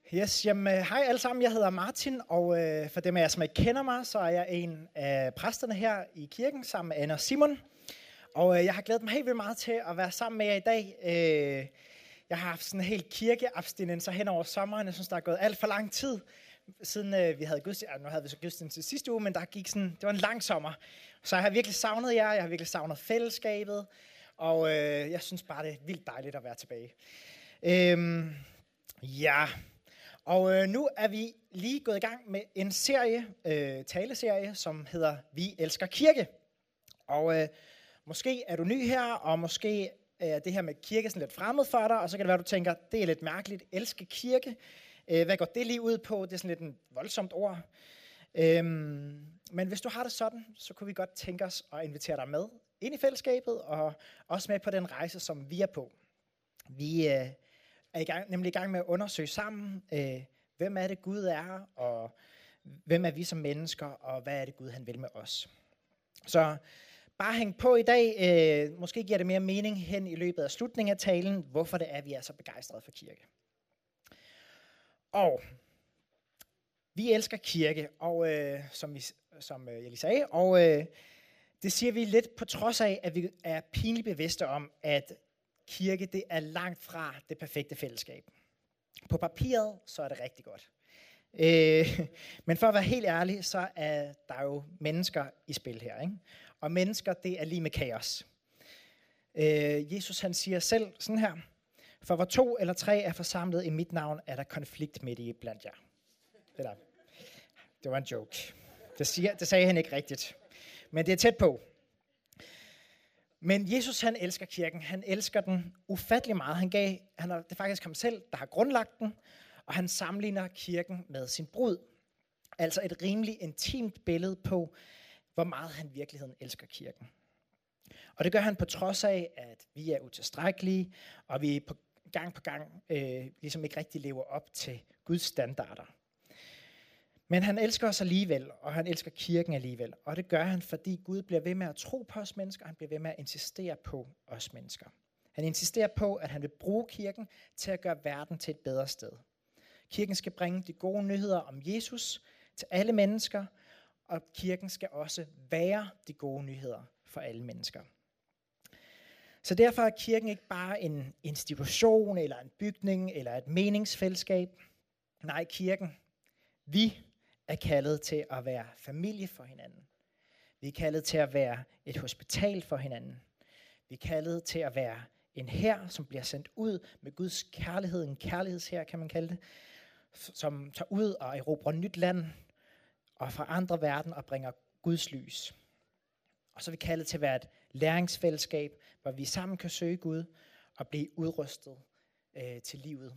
Yes, jamen, hej alle sammen, jeg hedder Martin, og for dem af jer, som ikke kender mig, så er jeg en af præsterne her i kirken, sammen med Anna og Simon. Og jeg har glædet mig helt vildt meget til at være sammen med jer i dag. Jeg har haft sådan en helt kirkeabstinenser hen over sommeren. Jeg synes, der er gået alt for lang tid, siden vi havde gudstjeneste. Nu havde vi så gudstjeneste sidste uge, men det var en lang sommer. Så jeg har virkelig savnet jer, jeg har virkelig savnet fællesskabet, og jeg synes bare, det er vildt dejligt at være tilbage. Og nu er vi lige gået i gang med en taleserie, som hedder Vi elsker kirke. Og måske er du ny her, og måske er det her med kirke sådan lidt fremmed for dig, og så kan det være, du tænker, det er lidt mærkeligt, elske kirke. Hvad går det lige ud på? Det er sådan lidt et voldsomt ord. Men hvis du har det sådan, så kunne vi godt tænke os at invitere dig med ind i fællesskabet, og også med på den rejse, som vi er på. Vi er nemlig i gang med at undersøge sammen, hvem er det Gud er, og hvem er vi som mennesker, og hvad er det Gud han vil med os. Så bare hæng på i dag. Måske giver det mere mening hen i løbet af slutningen af talen, hvorfor det er, vi er så begejstrede for kirke. Og vi elsker kirke, og som jeg lige sagde, og det siger vi lidt på trods af, at vi er pinligt bevidste om, at kirke, det er langt fra det perfekte fællesskab. På papiret, så er det rigtig godt. Men for at være helt ærlig, så er der jo mennesker i spil her, ikke? Og mennesker, det er lige med kaos. Jesus han siger selv sådan her: for hvor 2 eller 3 er forsamlet i mit navn, er der konflikt midt i blandt jer. Det var en joke. Det sagde han ikke rigtigt. Men det er tæt på. Men Jesus han elsker kirken. Han elsker den ufattelig meget. Det er faktisk ham selv, der har grundlagt den. Og han sammenligner kirken med sin brud. Altså et rimelig intimt billede på, hvor meget han i virkeligheden elsker kirken. Og det gør han på trods af, at vi er utilstrækkelige, og vi på gang ligesom ikke rigtig lever op til Guds standarder. Men han elsker os alligevel, og han elsker kirken alligevel. Og det gør han, fordi Gud bliver ved med at tro på os mennesker, og han bliver ved med at insistere på os mennesker. Han insisterer på, at han vil bruge kirken til at gøre verden til et bedre sted. Kirken skal bringe de gode nyheder om Jesus til alle mennesker, og kirken skal også være de gode nyheder for alle mennesker. Så derfor er kirken ikke bare en institution, eller en bygning, eller et meningsfællesskab. Nej, kirken, vi er kaldet til at være familie for hinanden. Vi er kaldet til at være et hospital for hinanden. Vi er kaldet til at være en hær, som bliver sendt ud med Guds kærlighed, en kærlighedshær, kan man kalde det, som tager ud og erobrer nyt land og fra andre verden og bringer Guds lys. Og så er vi kaldet til at være et læringsfællesskab, hvor vi sammen kan søge Gud og blive udrustet til livet.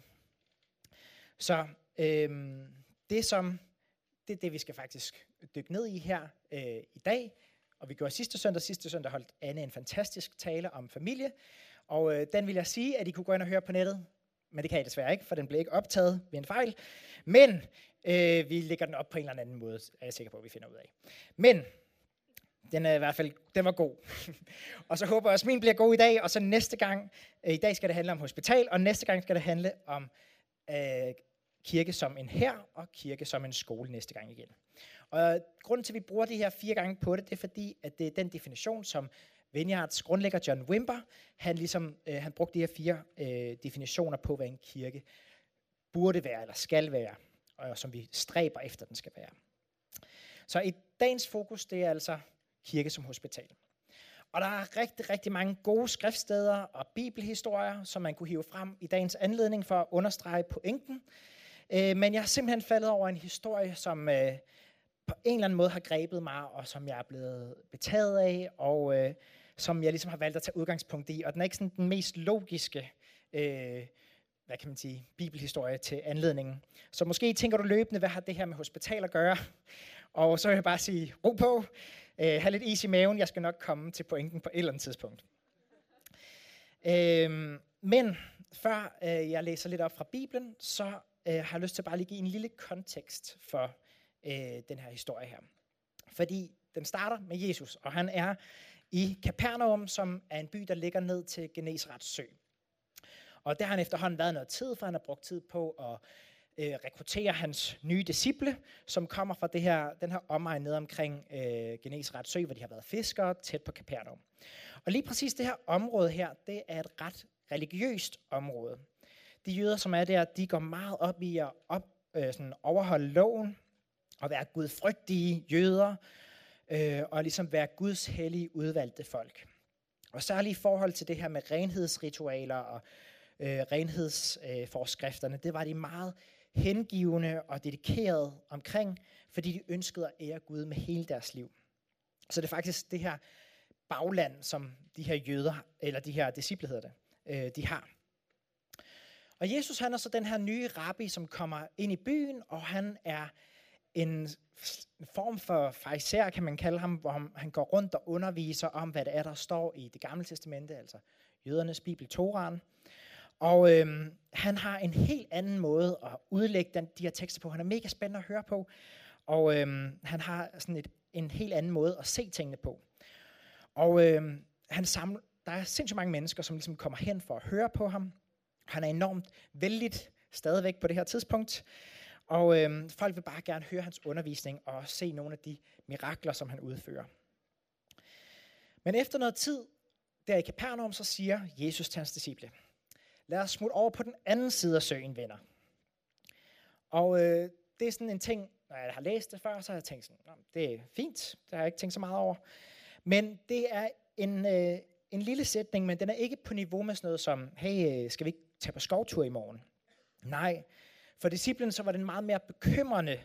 Så det er det, vi skal faktisk dykke ned i her i dag. Og vi gjorde sidste søndag holdt Anne en fantastisk tale om familie. Og den vil jeg sige, at I kunne gå ind og høre på nettet. Men det kan I desværre ikke, for den blev ikke optaget ved en fejl. Men vi lægger den op på en eller anden måde, er jeg sikker på, at vi finder ud af. Men den er i hvert fald, den var god. Og så håber jeg også, at min bliver god i dag. Og så næste gang, i dag skal det handle om hospital, og næste gang skal det handle om kirke som en hær, og kirke som en skole næste gang igen. Og grunden til, at vi bruger de her 4 gange på det er fordi, at det er den definition, som Vineyards grundlægger John Wimber, han brugte de her 4 definitioner på, hvad en kirke burde være, eller skal være, og som vi stræber efter, den skal være. Så i dagens fokus, det er altså kirke som hospital. Og der er rigtig, rigtig mange gode skriftsteder og bibelhistorier, som man kunne hive frem i dagens anledning for at understrege pointen. Men jeg har simpelthen faldet over en historie, som på en eller anden måde har grebet mig, og som jeg er blevet betaget af, og som jeg ligesom har valgt at tage udgangspunkt i. Og den er ikke sådan den mest logiske, bibelhistorie til anledningen. Så måske tænker du løbende, hvad har det her med hospital at gøre? Og så vil jeg bare sige, ro på, have lidt is i maven, jeg skal nok komme til pointen på et eller andet tidspunkt. Men før jeg læser lidt op fra Bibelen, så har jeg lyst til bare lige give en lille kontekst for den her historie her. Fordi den starter med Jesus, og han er i Kapernaum, som er en by, der ligger ned til Genesarets sø. Og der har han efterhånden været noget tid, for han har brugt tid på at rekrutterer hans nye disciple, som kommer fra den her omegn nede omkring Genesaret sø, hvor de har været fiskere, tæt på Kapernaum. Og lige præcis det her område her, det er et ret religiøst område. De jøder, som er der, de går meget op i at overholde loven, og være gudfrygtige jøder, og ligesom være Guds hellige udvalgte folk. Og særligt i forhold til det her med renhedsritualer og renhedsforskrifterne, det var de meget hengivende og dedikerede omkring, fordi de ønskede at ære Gud med hele deres liv. Så det er faktisk det her bagland, som de her jøder, eller de her disciple hedder det, de har. Og Jesus, han er så den her nye rabbi, som kommer ind i byen, og han er en form for farisæer, kan man kalde ham, hvor han går rundt og underviser om, hvad det er, der står i Det Gamle Testamente, altså jødernes bibel, Toraen. Og han har en helt anden måde at udlægge de her tekster på. Han er mega spændende at høre på, og han har sådan en helt anden måde at se tingene på. Og der er sindssygt mange mennesker, som ligesom kommer hen for at høre på ham. Han er enormt vældigt stadigvæk på det her tidspunkt. Og folk vil bare gerne høre hans undervisning og se nogle af de mirakler, som han udfører. Men efter noget tid, der i Kapernaum, så siger Jesus til hans disciple: lad os smutte over på den anden side af søen, venner. Og det er sådan en ting, når jeg har læst det før, så har jeg tænkt sådan, det er fint, det har jeg ikke tænkt så meget over. Men det er en lille sætning, men den er ikke på niveau med sådan noget som, hey, skal vi ikke tage på skovtur i morgen? Nej, for disciplen så var det en meget mere bekymrende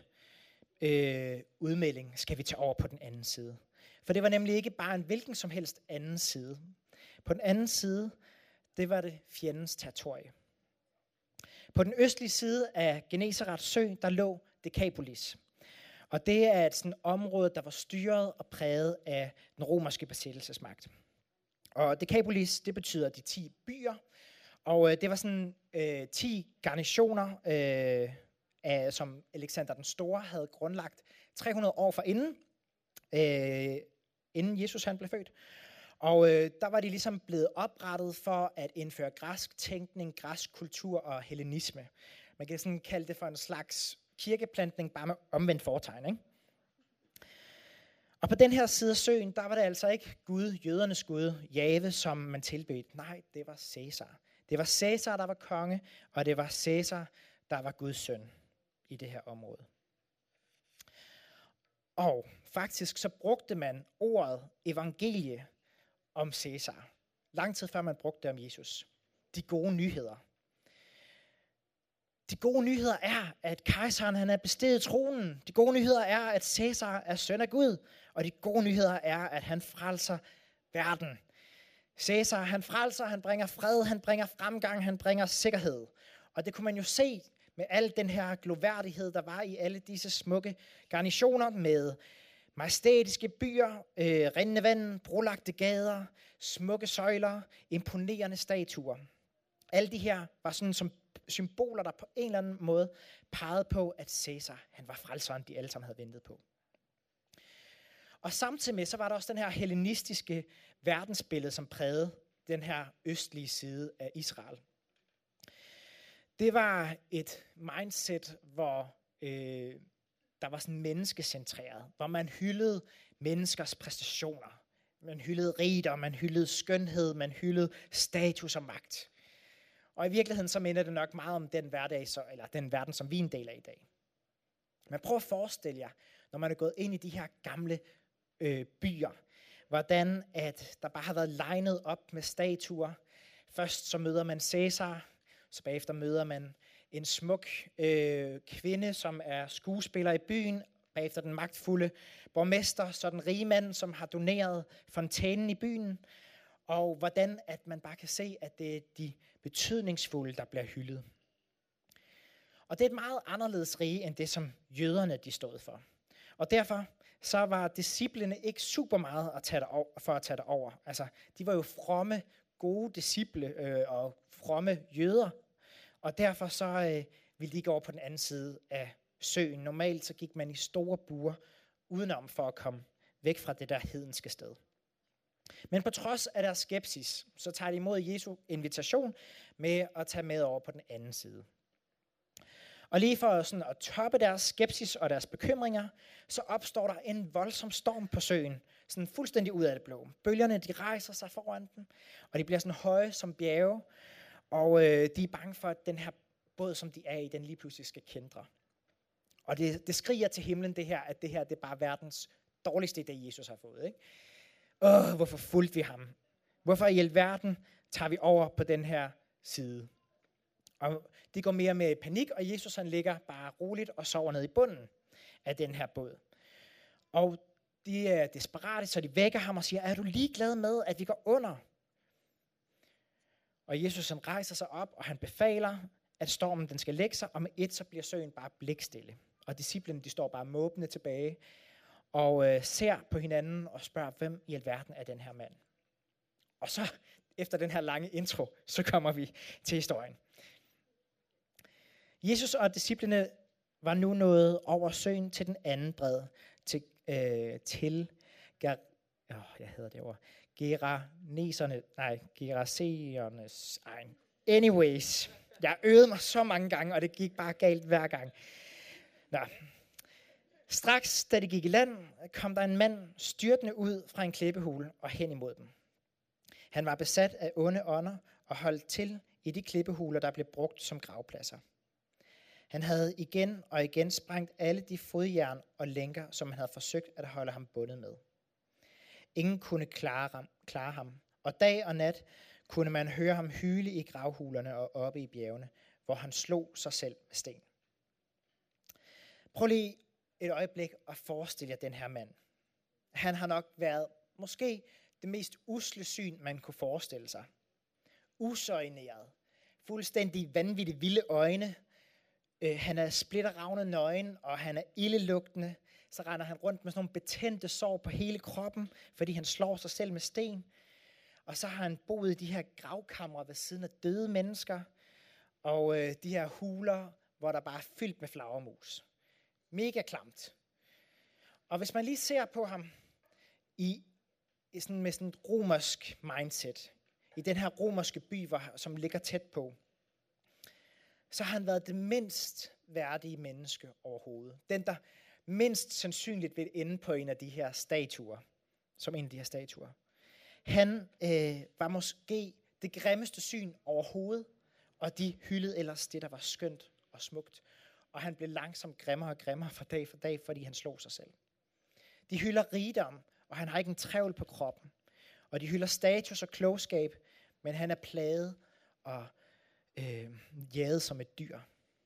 udmelding, skal vi tage over på den anden side. For det var nemlig ikke bare en hvilken som helst anden side. På den anden side, det var det fjendens territorie. På den østlige side af Genesaret sø, der lå Dekapolis. Og det er et sådan område, der var styret og præget af den romerske besættelsesmagt. Og Dekapolis, det betyder de 10 byer. Og det var sådan 10 garnisoner, som Alexander den Store havde grundlagt 300 år forinden, inden Jesus han blev født. Og der var de ligesom blevet oprettet for at indføre græsk tænkning, græsk kultur og hellenisme. Man kan sådan kalde det for en slags kirkeplantning, bare med omvendt fortegn, ikke? Og på den her side af søen, der var det altså ikke Gud, jødernes Gud, Jave, som man tilbedte. Nej, det var Cæsar. Det var Cæsar, der var konge, og det var Cæsar, der var Guds søn i det her område. Og faktisk så brugte man ordet evangelie om Cæsar, lang tid før man brugte det om Jesus. De gode nyheder. De gode nyheder er, at kejseren han er besteget tronen. De gode nyheder er, at Cæsar er søn af Gud. Og de gode nyheder er, at han frelser verden. Cæsar, han frelser, han bringer fred, han bringer fremgang, han bringer sikkerhed. Og det kunne man jo se med al den her gloværdighed, der var i alle disse smukke garnisoner med majestætiske byer, rindende vand, brolagte gader, smukke søjler, imponerende statuer. Alle de her var sådan som symboler, der på en eller anden måde pegede på, at Cæsar, han var frelseren, de alle sammen havde ventet på. Og samtidig med, så var der også den her hellenistiske verdensbillede, som prægede den her østlige side af Israel. Det var et mindset, hvor der var sådan menneskecentreret, hvor man hyldede menneskers præstationer. Man hyldede rigdom, man hyldede skønhed, man hyldede status og magt. Og i virkeligheden så minder det nok meget om den verden, som vi er en del af i dag. Men prøv at forestille jer, når man er gået ind i de her gamle byer, hvordan at der bare har været legnet op med statuer. Først så møder man Cæsar, så bagefter møder man en smuk kvinde, som er skuespiller i byen, bagefter den magtfulde borgmester, så den rige mand, som har doneret fontænen i byen, og hvordan at man bare kan se, at det er de betydningsfulde, der bliver hyldet. Og det er et meget anderledes rige, end det, som jøderne de stod for. Og derfor så var disciplene ikke super meget at tage det over. Altså, de var jo fromme, gode disciple og fromme jøder, og derfor så ville de gå over på den anden side af søen. Normalt så gik man i store buer udenom for at komme væk fra det der hedenske sted. Men på trods af deres skepsis, så tager de imod Jesu invitation med at tage med over på den anden side. Og lige for sådan at toppe deres skepsis og deres bekymringer, så opstår der en voldsom storm på søen, sådan fuldstændig ud af det blå. Bølgerne, de rejser sig foran den, og de bliver sådan høje som bjerge, og de er bange for, at den her båd, som de er i, den lige pludselig skal kendre. Og det skriger til himlen det her, at det her det er bare verdens dårligste idé, Jesus har fået. Ikke? Hvorfor fulgte vi ham? Hvorfor i alverden tager vi over på den her side? Og de går mere med panik, og Jesus han ligger bare roligt og sover ned i bunden af den her båd. Og de er desperate, så de vækker ham og siger, er du ligeglad med, at vi går under? Og Jesus han rejser sig op, og han befaler, at stormen den skal lægge sig, og med et så bliver søen bare blikstille. Og disciplene de står bare måbende tilbage og ser på hinanden og spørger, hvem i alverden er den her mand? Og så, efter den her lange intro, så kommer vi til historien. Jesus og disciplene var nu nået over søen til den anden bred, til Gerasenernes egen. Anyways, jeg øvede mig så mange gange, og det gik bare galt hver gang. Nå. Straks, da de gik i land, kom der en mand styrtende ud fra en klippehule og hen imod dem. Han var besat af onde ånder og holdt til i de klippehuler, der blev brugt som gravpladser. Han havde igen og igen sprængt alle de fodjern og lænker, som han havde forsøgt at holde ham bundet med. Ingen kunne klare ham, og dag og nat kunne man høre ham hyle i gravhulerne og oppe i bjergene, hvor han slog sig selv med sten. Prøv lige et øjeblik at forestille jer den her mand. Han har nok været måske det mest usle syn, man kunne forestille sig. Usøjneret, fuldstændig vanvittigt vilde øjne. Han er splitteravne nøgen, og han er ildelugtende. Så render han rundt med sådan nogle betændte sår på hele kroppen, fordi han slår sig selv med sten. Og så har han boet i de her gravkamre ved siden af døde mennesker, og de her huler, hvor der bare er fyldt med flagermus. Mega klamt. Og hvis man lige ser på ham med sådan et romersk mindset, i den her romerske by, som ligger tæt på, så har han været det mindst værdige menneske overhovedet. Den, der mindst sandsynligt vil ende på en af de her statuer, som en af de her statuer. Han var måske det grimmeste syn overhovedet, og de hyldede ellers det, der var skønt og smukt. Og han blev langsomt grimmere og grimmere for dag, fordi han slog sig selv. De hylder rigdom, og han har ikke en trævl på kroppen. Og de hylder status og klogskab, men han er plaget og jaget som et dyr.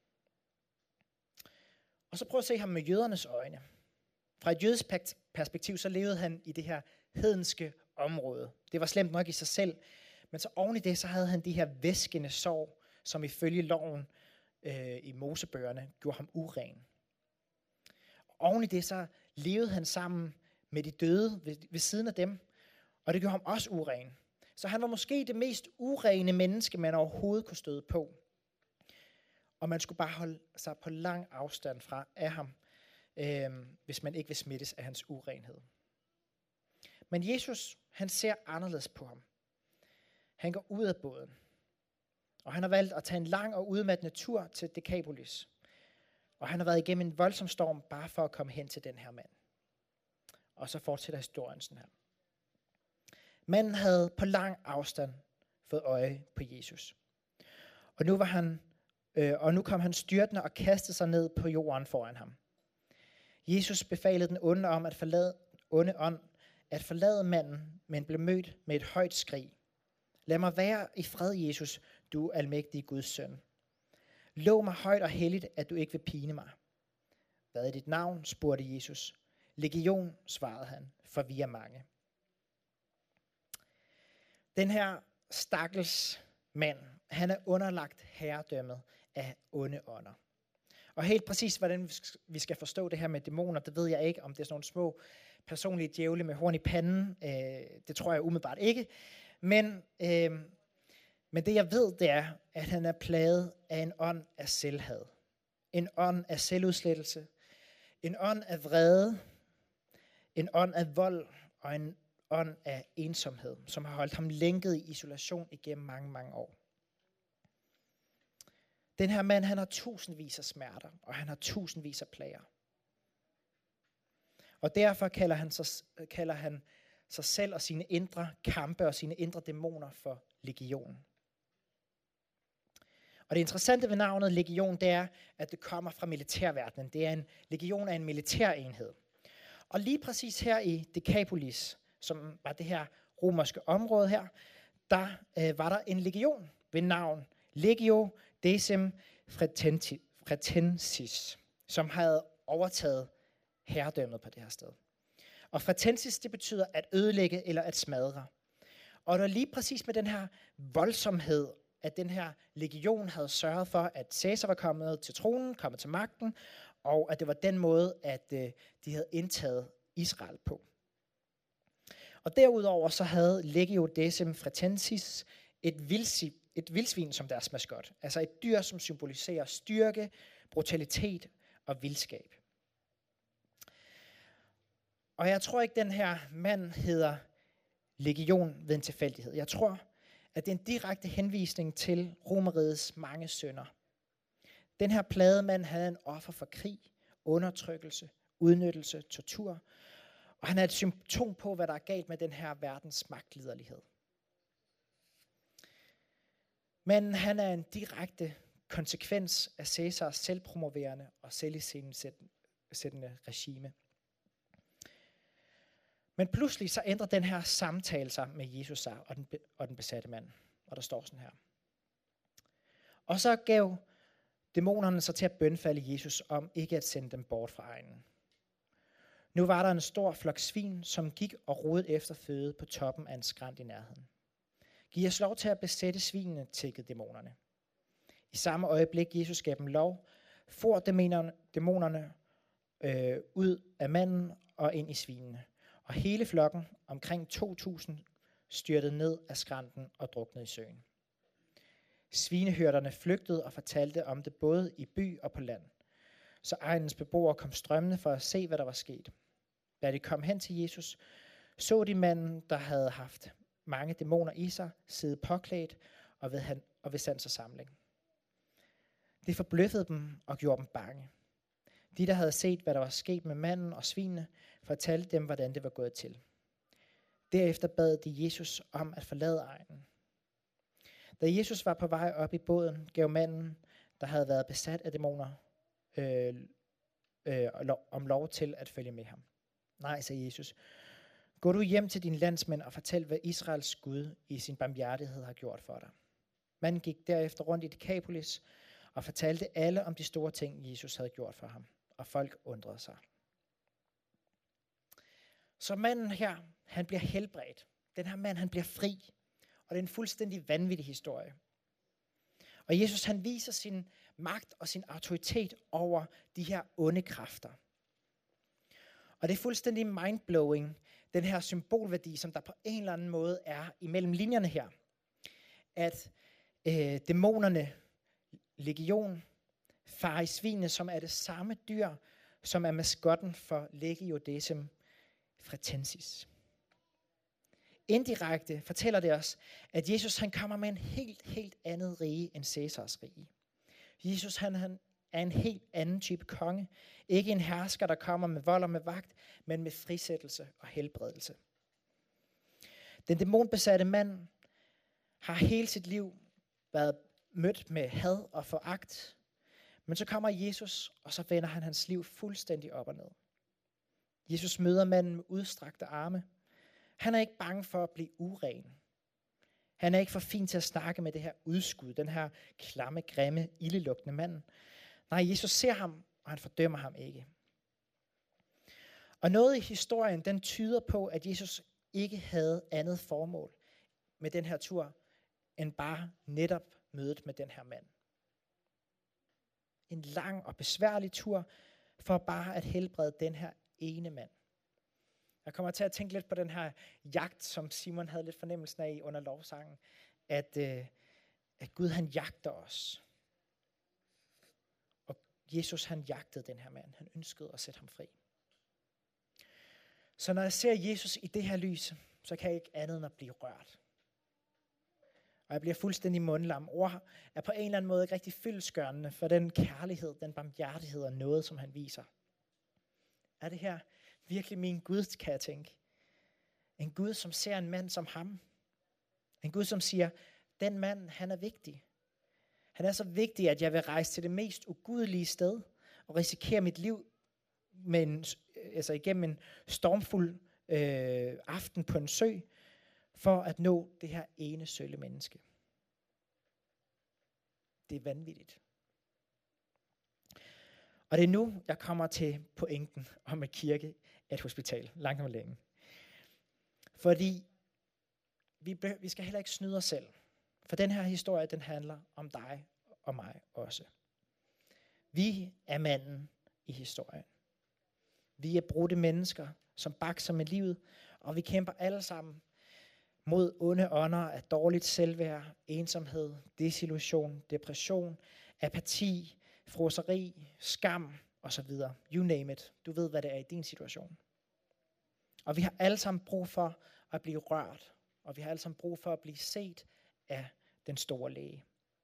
Og så prøv at se ham med jødernes øjne. Fra et jødisk perspektiv, så levede han i det her hedenske område. Det var slemt nok i sig selv, men så oven i det, så havde han de her væskende sår, som ifølge loven i Mosebøgerne gjorde ham uren. Og oven i det, så levede han sammen med de døde ved siden af dem, og det gjorde ham også uren. Så han var måske det mest urene menneske, man overhovedet kunne støde på. Og man skulle bare holde sig på lang afstand fra af ham, hvis man ikke vil smittes af hans urenhed. Men Jesus, han ser anderledes på ham. Han går ud af båden, og han har valgt at tage en lang og udmattende tur til Dekapolis. Og han har været igennem en voldsom storm, bare for at komme hen til den her mand. Og så fortsætter historien sådan her. Manden havde på lang afstand fået øje på Jesus. Og nu kom han styrtende og kastede sig ned på jorden foran ham. Jesus befalede den onde ånd at forlade manden, men blev mødt med et højt skrig. Lad mig være i fred, Jesus, du almægtige Guds søn. Lov mig højt og helligt, at du ikke vil pine mig. Hvad er dit navn? Spurgte Jesus. Legion, svarede han, for vi er mange. Den her stakkels mand, han er underlagt herredømmet af onde ånder. Og helt præcis, hvordan vi skal forstå det her med dæmoner, det ved jeg ikke, om det er sådan nogle små personlige djævle med horn i panden. Det tror jeg umiddelbart ikke. Men det jeg ved, det er, at han er plaget af en ånd af selvhad. En ånd af selvudslettelse. En ånd af vrede. En ånd af vold og en ånd af ensomhed, som har holdt ham lænket i isolation igennem mange, mange år. Den her mand, han har tusindvis af smerter, og han har tusindvis af plager. Og derfor kalder han sig selv og sine indre kampe og sine indre dæmoner for legion. Og det interessante ved navnet legion, det er, at det kommer fra militærverdenen. Det er en legion af en militærenhed. Og lige præcis her i Decapolis, som var det her romerske område her, der var der en legion ved navn Legio Decim Fretensis, som havde overtaget herredømmet på det her sted. Og fretensis, det betyder at ødelægge eller at smadre. Og det var lige præcis med den her voldsomhed, at den her legion havde sørget for, at Caesar var kommet til tronen, kommet til magten, og at det var den måde, at de havde indtaget Israel på. Og derudover så havde Legio Decim Fretensis et vildsvin som deres maskot. Altså et dyr, som symboliserer styrke, brutalitet og vildskab. Og jeg tror ikke, den her mand hedder legion ved en tilfældighed. Jeg tror, at det er en direkte henvisning til Romerrigets mange synder. Den her plagede mand havde en offer for krig, undertrykkelse, udnyttelse, tortur, og han er et symptom på, hvad der er galt med den her verdens magtliderlighed. Men han er en direkte konsekvens af Caesars selvpromoverende og selviscenesættende regime. Men pludselig så ændrer den her samtale sig med Jesus og den besatte mand. Og der står sådan her. Og så gav dæmonerne sig til at bønfalde Jesus om ikke at sende dem bort fra egnen. Nu var der en stor flok svin, som gik og rodede efter føde på toppen af en skrænt i nærheden. Giv os lov til at besætte svinene, tikkede dæmonerne. I samme øjeblik Jesus gav dem lov, for dæmonerne ud af manden og ind i svinene. Og hele flokken, omkring 2.000, styrtede ned af skrænten og druknede i søen. Svinehyrderne flygtede og fortalte om det både i by og på land. Så egnens beboere kom strømmende for at se, hvad der var sket. Da de kom hen til Jesus, så de manden, der havde haft mange dæmoner i sig, sidde påklædt og ved sans og samling. Det forbløffede dem og gjorde dem bange. De, der havde set, hvad der var sket med manden og svinene, fortalte dem, hvordan det var gået til. Derefter bad de Jesus om at forlade egnen. Da Jesus var på vej op i båden, gav manden, der havde været besat af dæmoner, om lov til at følge med ham. Nej, sagde Jesus. Gå du hjem til dine landsmænd og fortæl, hvad Israels Gud i sin barmhjertighed har gjort for dig. Manden gik derefter rundt i Decapolis og fortalte alle om de store ting, Jesus havde gjort for ham. Og folk undrede sig. Så manden her, han bliver helbredt. Den her mand, han bliver fri. Og det er en fuldstændig vanvittig historie. Og Jesus, han viser sin magt og sin autoritet over de her onde kræfter. Og det er fuldstændig mindblowing, den her symbolværdi, som der på en eller anden måde er imellem linjerne her. At dæmonerne, legion, farer i svinene, som er det samme dyr, som er maskotten for Legio Decim Fretensis. Indirekte fortæller det os, at Jesus han kommer med en helt andet rige end Caesars rige. Jesus han er en helt anden type konge. Ikke en hersker, der kommer med vold og med magt, men med frisættelse og helbredelse. Den dæmonbesatte mand har hele sit liv været mødt med had og foragt. Men så kommer Jesus, og så vender han hans liv fuldstændig op og ned. Jesus møder manden med udstrakte arme. Han er ikke bange for at blive uren. Han er ikke for fin til at snakke med det her udskud, den her klamme, grimme, ildelugtende mand. Nej, Jesus ser ham, og han fordømmer ham ikke. Og noget i historien, den tyder på, at Jesus ikke havde andet formål med den her tur, end bare netop mødet med den her mand. En lang og besværlig tur, for bare at helbrede den her ene mand. Jeg kommer til at tænke lidt på den her jagt, som Simon havde lidt fornemmelsen af under lovsangen, at Gud han jagter os. Og Jesus han jagtede den her mand. Han ønskede at sætte ham fri. Så når jeg ser Jesus i det her lys, så kan jeg ikke andet end at blive rørt. Og jeg bliver fuldstændig mundlam. Ord er på en eller anden måde ikke rigtig fyldestgørende for den kærlighed, den barmhjertighed og noget, som han viser. Er det her virkelig min Gud, kan jeg tænke? En Gud, som ser en mand som ham. En Gud, som siger, den mand, han er vigtig. Han er så vigtig, at jeg vil rejse til det mest ugudelige sted og risikere mit liv igennem en stormfuld aften på en sø, for at nå det her ene sølle menneske. Det er vanvittigt. Og det er nu, jeg kommer til pointen om at kirke er et hospital, langt om længe. Fordi vi skal heller ikke snyde os selv. For den her historie, den handler om dig og mig også. Vi er manden i historien. Vi er brudte mennesker, som bakser med livet, og vi kæmper alle sammen mod onde ånder af dårligt selvværd, ensomhed, desillusion, depression, apati, froseri, skam osv. You name it. Du ved, hvad det er i din situation. Og vi har alle sammen brug for at blive rørt, og vi har alle sammen brug for at blive set af den store læge.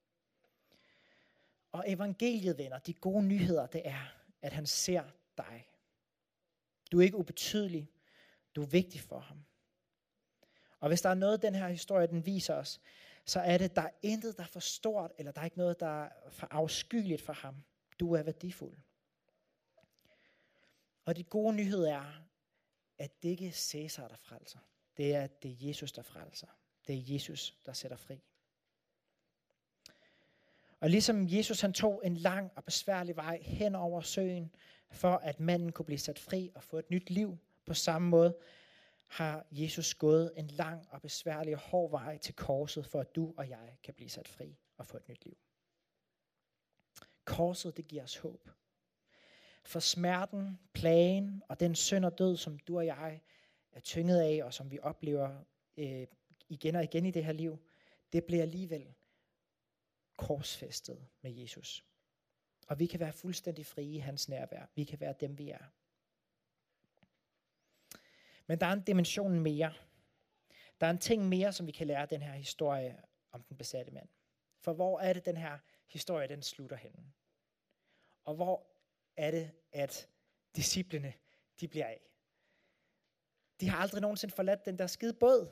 Og evangeliet, venner, de gode nyheder, det er, at han ser dig. Du er ikke ubetydelig. Du er vigtig for ham. Og hvis der er noget, den her historie, den viser os, så er det, der er intet, der er for stort, eller der er ikke noget, der er for afskyeligt for ham. Du er værdifuld. Og de gode nyheder er, at det ikke er Cæsar, der frelser. Det er Jesus, der frelser. Det er Jesus, der sætter fri. Og ligesom Jesus han tog en lang og besværlig vej hen over søen, for at manden kunne blive sat fri og få et nyt liv, på samme måde har Jesus gået en lang og besværlig og hård vej til korset, for at du og jeg kan blive sat fri og få et nyt liv. Korset, det giver os håb. For smerten, plagen og den synd og død, som du og jeg er tynget af, og som vi oplever igen og igen i det her liv, det bliver alligevel korsfæstet med Jesus. Og vi kan være fuldstændig frie i hans nærvær. Vi kan være dem, vi er. Men der er en dimension mere. Der er en ting mere, som vi kan lære af den her historie om den besatte mand. For hvor er det, den her historie, den slutter henne? Og hvor er det, at disciplene, de bliver af? De har aldrig nogensinde forladt den der skide båd.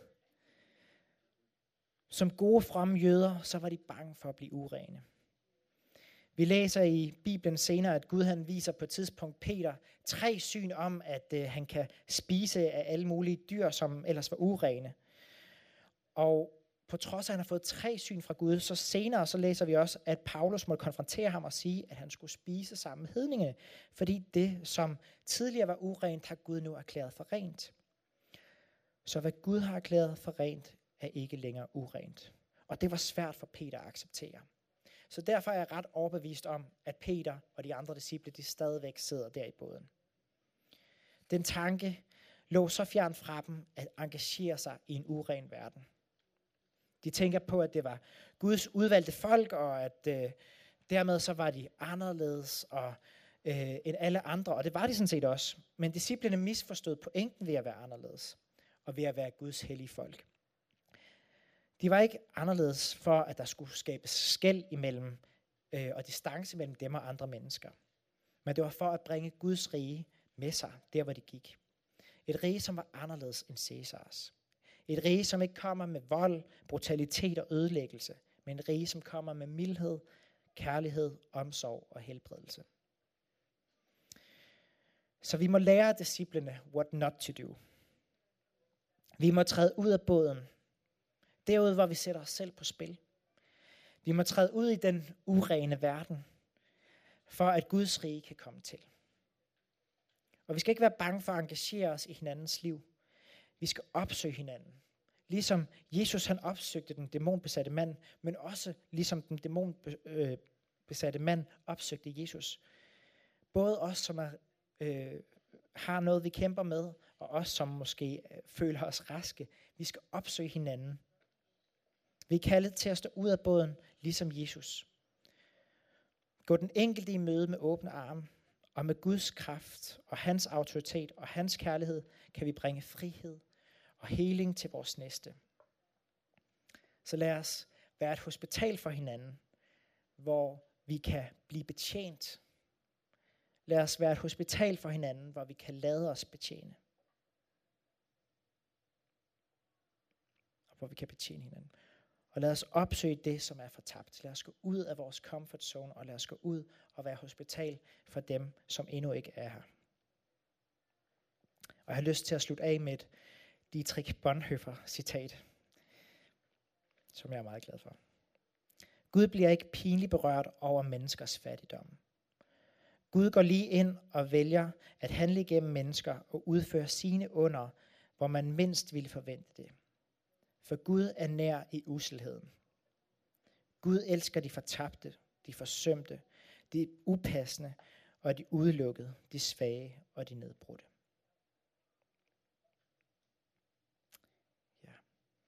Som gode fromme jøder, så var de bange for at blive urene. Vi læser i Bibelen senere, at Gud han viser på et tidspunkt Peter 3 syn om, at han kan spise af alle mulige dyr, som ellers var urene. Og på trods af, at han har fået 3 syn fra Gud, så senere så læser vi også, at Paulus måtte konfrontere ham og sige, at han skulle spise sammen med hedningene, fordi det, som tidligere var urent, har Gud nu erklæret for rent. Så hvad Gud har erklæret for rent, er ikke længere urent. Og det var svært for Peter at acceptere. Så derfor er jeg ret overbevist om, at Peter og de andre disciple, de stadigvæk sidder der i båden. Den tanke lå så fjern fra dem, at engagere sig i en uren verden. De tænker på, at det var Guds udvalgte folk, og at dermed så var de anderledes end alle andre. Og det var de sådan set også. Men disciplene misforstod pointen ved at være anderledes, og ved at være Guds hellige folk. De var ikke anderledes for, at der skulle skabes skel imellem og distance mellem dem og andre mennesker. Men det var for at bringe Guds rige med sig, der hvor de gik. Et rige, som var anderledes end Cæsars. Et rige, som ikke kommer med vold, brutalitet og ødelæggelse, men et rige, som kommer med mildhed, kærlighed, omsorg og helbredelse. Så vi må lære disciplene what not to do. Vi må træde ud af båden. Derude, hvor vi sætter os selv på spil. Vi må træde ud i den urene verden, for at Guds rige kan komme til. Og vi skal ikke være bange for at engagere os i hinandens liv. Vi skal opsøge hinanden. Ligesom Jesus han opsøgte den dæmonbesatte mand, men også ligesom den dæmonbesatte mand opsøgte Jesus. Både os, som har noget, vi kæmper med, og os, som måske føler os raske. Vi skal opsøge hinanden. Vi er kaldet til at stå ud af båden, ligesom Jesus. Gå den enkelte i møde med åbne arme, og med Guds kraft og hans autoritet og hans kærlighed, kan vi bringe frihed og heling til vores næste. Så lad os være et hospital for hinanden, hvor vi kan blive betjent. Lad os være et hospital for hinanden, hvor vi kan lade os betjene. Og hvor vi kan betjene hinanden. Og lad os opsøge det, som er fortabt. Lad os gå ud af vores comfort zone, og lad os gå ud og være hospital for dem, som endnu ikke er her. Og jeg har lyst til at slutte af med et Dietrich Bonhoeffer-citat, som jeg er meget glad for. Gud bliver ikke pinligt berørt over menneskers fattigdom. Gud går lige ind og vælger at handle igennem mennesker og udføre sine under, hvor man mindst ville forvente det. For Gud er nær i uselheden. Gud elsker de fortabte, de forsømte, de upassende og de udelukkede, de svage og de nedbrudte.